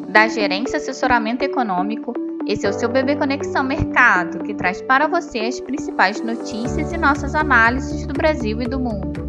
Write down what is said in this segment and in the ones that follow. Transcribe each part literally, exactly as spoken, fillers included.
da Gerência Assessoramento Econômico. Esse é o seu B B Conexão Mercado, que traz para você as principais notícias e nossas análises do Brasil e do mundo.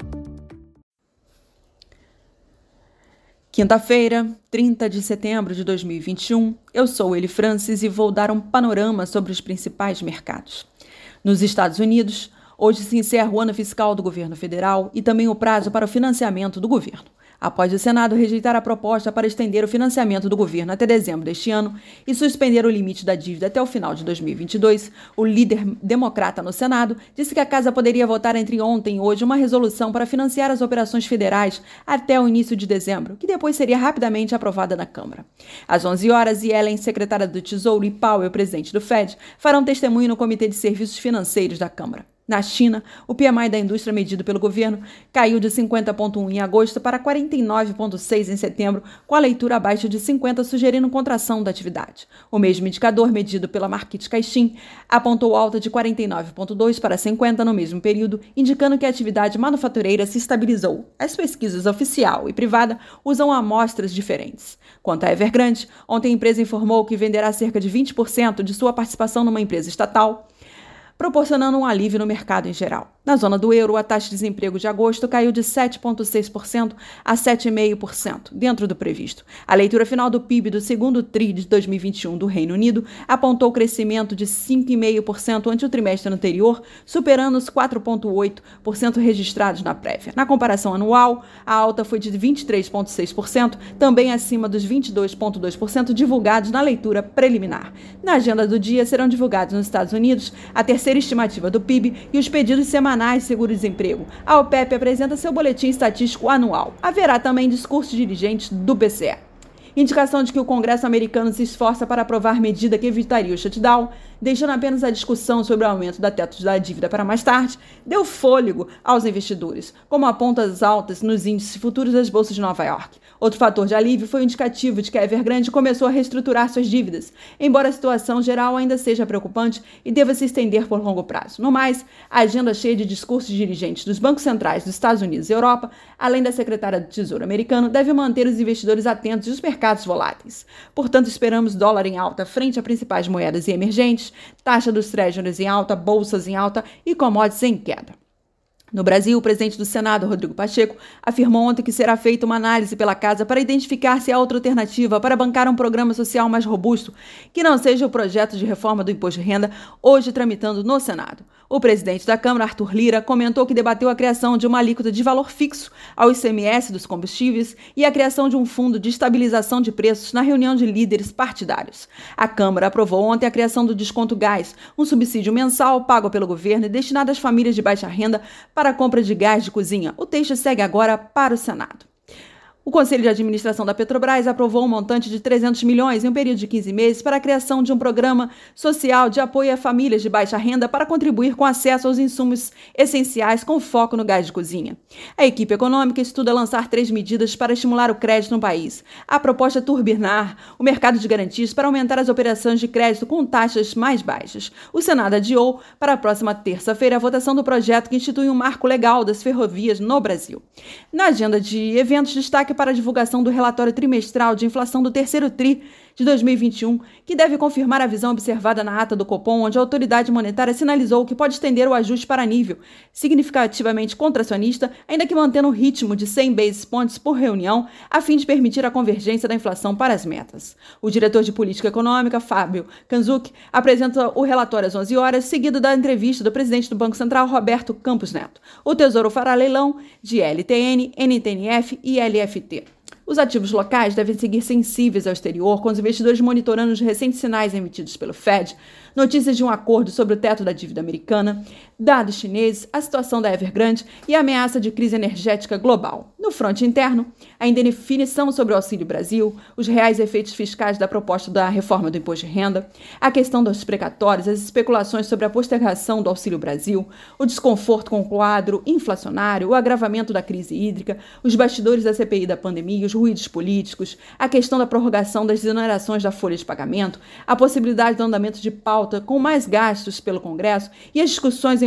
Quinta-feira, trinta de setembro de dois mil e vinte e um, eu sou Eli Francis e vou dar um panorama sobre os principais mercados. Nos Estados Unidos, hoje se encerra o ano fiscal do governo federal e também o prazo para o financiamento do governo. Após o Senado rejeitar a proposta para estender o financiamento do governo até dezembro deste ano e suspender o limite da dívida até o final de dois mil e vinte e dois, o líder democrata no Senado disse que a casa poderia votar entre ontem e hoje uma resolução para financiar as operações federais até o início de dezembro, que depois seria rapidamente aprovada na Câmara. Às onze horas, Yellen, secretária do Tesouro, e Powell, presidente do Fed, farão testemunho no Comitê de Serviços Financeiros da Câmara. Na China, o P M I da indústria medido pelo governo caiu de cinquenta vírgula um em agosto para quarenta e nove vírgula seis em setembro, com a leitura abaixo de cinquenta, sugerindo contração da atividade. O mesmo indicador, medido pela Markit Caixin, apontou alta de quarenta e nove vírgula dois para cinquenta no mesmo período, indicando que a atividade manufatureira se estabilizou. As pesquisas oficial e privada usam amostras diferentes. Quanto à Evergrande, ontem a empresa informou que venderá cerca de vinte por cento de sua participação numa empresa estatal, proporcionando um alívio no mercado em geral. Na zona do euro, a taxa de desemprego de agosto caiu de sete vírgula seis por cento a sete vírgula cinco por cento, dentro do previsto. A leitura final do P I B do segundo tri de dois mil e vinte e um do Reino Unido apontou crescimento de cinco vírgula cinco por cento ante o trimestre anterior, superando os quatro vírgula oito por cento registrados na prévia. Na comparação anual, a alta foi de vinte e três vírgula seis por cento, também acima dos vinte e dois vírgula dois por cento divulgados na leitura preliminar. Na agenda do dia serão divulgados nos Estados Unidos a terceira estimativa do P I B e os pedidos semanais de seguro-desemprego. A OPEP apresenta seu boletim estatístico anual. Haverá também discurso de dirigentes do B C E. Indicação de que o Congresso americano se esforça para aprovar medida que evitaria o shutdown, deixando apenas a discussão sobre o aumento da teto da dívida para mais tarde, deu fôlego aos investidores, como apontam as altas nos índices futuros das bolsas de Nova York. Outro fator de alívio foi o indicativo de que a Evergrande começou a reestruturar suas dívidas, embora a situação geral ainda seja preocupante e deva se estender por longo prazo. No mais, a agenda cheia de discursos de dirigentes dos bancos centrais dos Estados Unidos e Europa, além da secretária do Tesouro americano, deve manter os investidores atentos e os mercados voláteis. Portanto, esperamos dólar em alta frente a principais moedas e emergentes, taxa dos treasuries em alta, bolsas em alta e commodities em queda. No Brasil, o presidente do Senado, Rodrigo Pacheco, afirmou ontem que será feita uma análise pela Casa para identificar se há outra alternativa para bancar um programa social mais robusto, que não seja o projeto de reforma do imposto de renda, hoje tramitando no Senado. O presidente da Câmara, Arthur Lira, comentou que debateu a criação de uma alíquota de valor fixo ao I C M S dos combustíveis e a criação de um fundo de estabilização de preços na reunião de líderes partidários. A Câmara aprovou ontem a criação do desconto gás, um subsídio mensal pago pelo governo e destinado às famílias de baixa renda para a compra de gás de cozinha. O texto segue agora para o Senado. O Conselho de Administração da Petrobras aprovou um montante de trezentos milhões em um período de quinze meses para a criação de um programa social de apoio a famílias de baixa renda para contribuir com acesso aos insumos essenciais com foco no gás de cozinha. A equipe econômica estuda lançar três medidas para estimular o crédito no país. A proposta é turbinar o mercado de garantias para aumentar as operações de crédito com taxas mais baixas. O Senado adiou para a próxima terça-feira a votação do projeto que institui um marco legal das ferrovias no Brasil. Na agenda de eventos, destaque para a divulgação do relatório trimestral de inflação do terceiro tri de dois mil e vinte e um, que deve confirmar a visão observada na ata do Copom, onde a autoridade monetária sinalizou que pode estender o ajuste para nível significativamente contracionista, ainda que mantendo o ritmo de cem basis points por reunião, a fim de permitir a convergência da inflação para as metas. O diretor de política econômica, Fábio Kanzuk, apresenta o relatório às onze horas, seguido da entrevista do presidente do Banco Central, Roberto Campos Neto. O Tesouro fará leilão de L T N, N T N F e L F T. Os ativos locais devem seguir sensíveis ao exterior, com os investidores monitorando os recentes sinais emitidos pelo Fed, notícias de um acordo sobre o teto da dívida americana, dados chineses, a situação da Evergrande e a ameaça de crise energética global. No fronte interno, a indefinição sobre o Auxílio Brasil, os reais efeitos fiscais da proposta da reforma do imposto de renda, a questão dos precatórios, as especulações sobre a postergação do Auxílio Brasil, o desconforto com o quadro inflacionário, o agravamento da crise hídrica, os bastidores da C P I da pandemia, os ruídos políticos, a questão da prorrogação das desonerações da folha de pagamento, a possibilidade do andamento de pauta com mais gastos pelo Congresso e as discussões envolvendo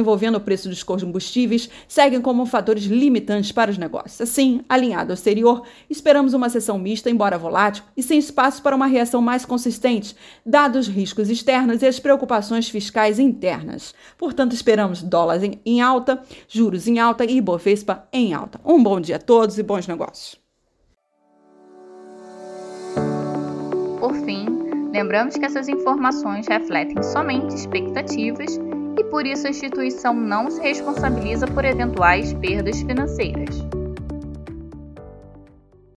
envolvendo o preço dos combustíveis seguem como fatores limitantes para os negócios. Assim, alinhado ao exterior, esperamos uma sessão mista, embora volátil, e sem espaço para uma reação mais consistente, dados os riscos externos e as preocupações fiscais internas. Portanto, esperamos dólar em, em alta, juros em alta e Ibovespa em alta. Um bom dia a todos e bons negócios. Por fim, lembramos que essas informações refletem somente expectativas e por isso a instituição não se responsabiliza por eventuais perdas financeiras.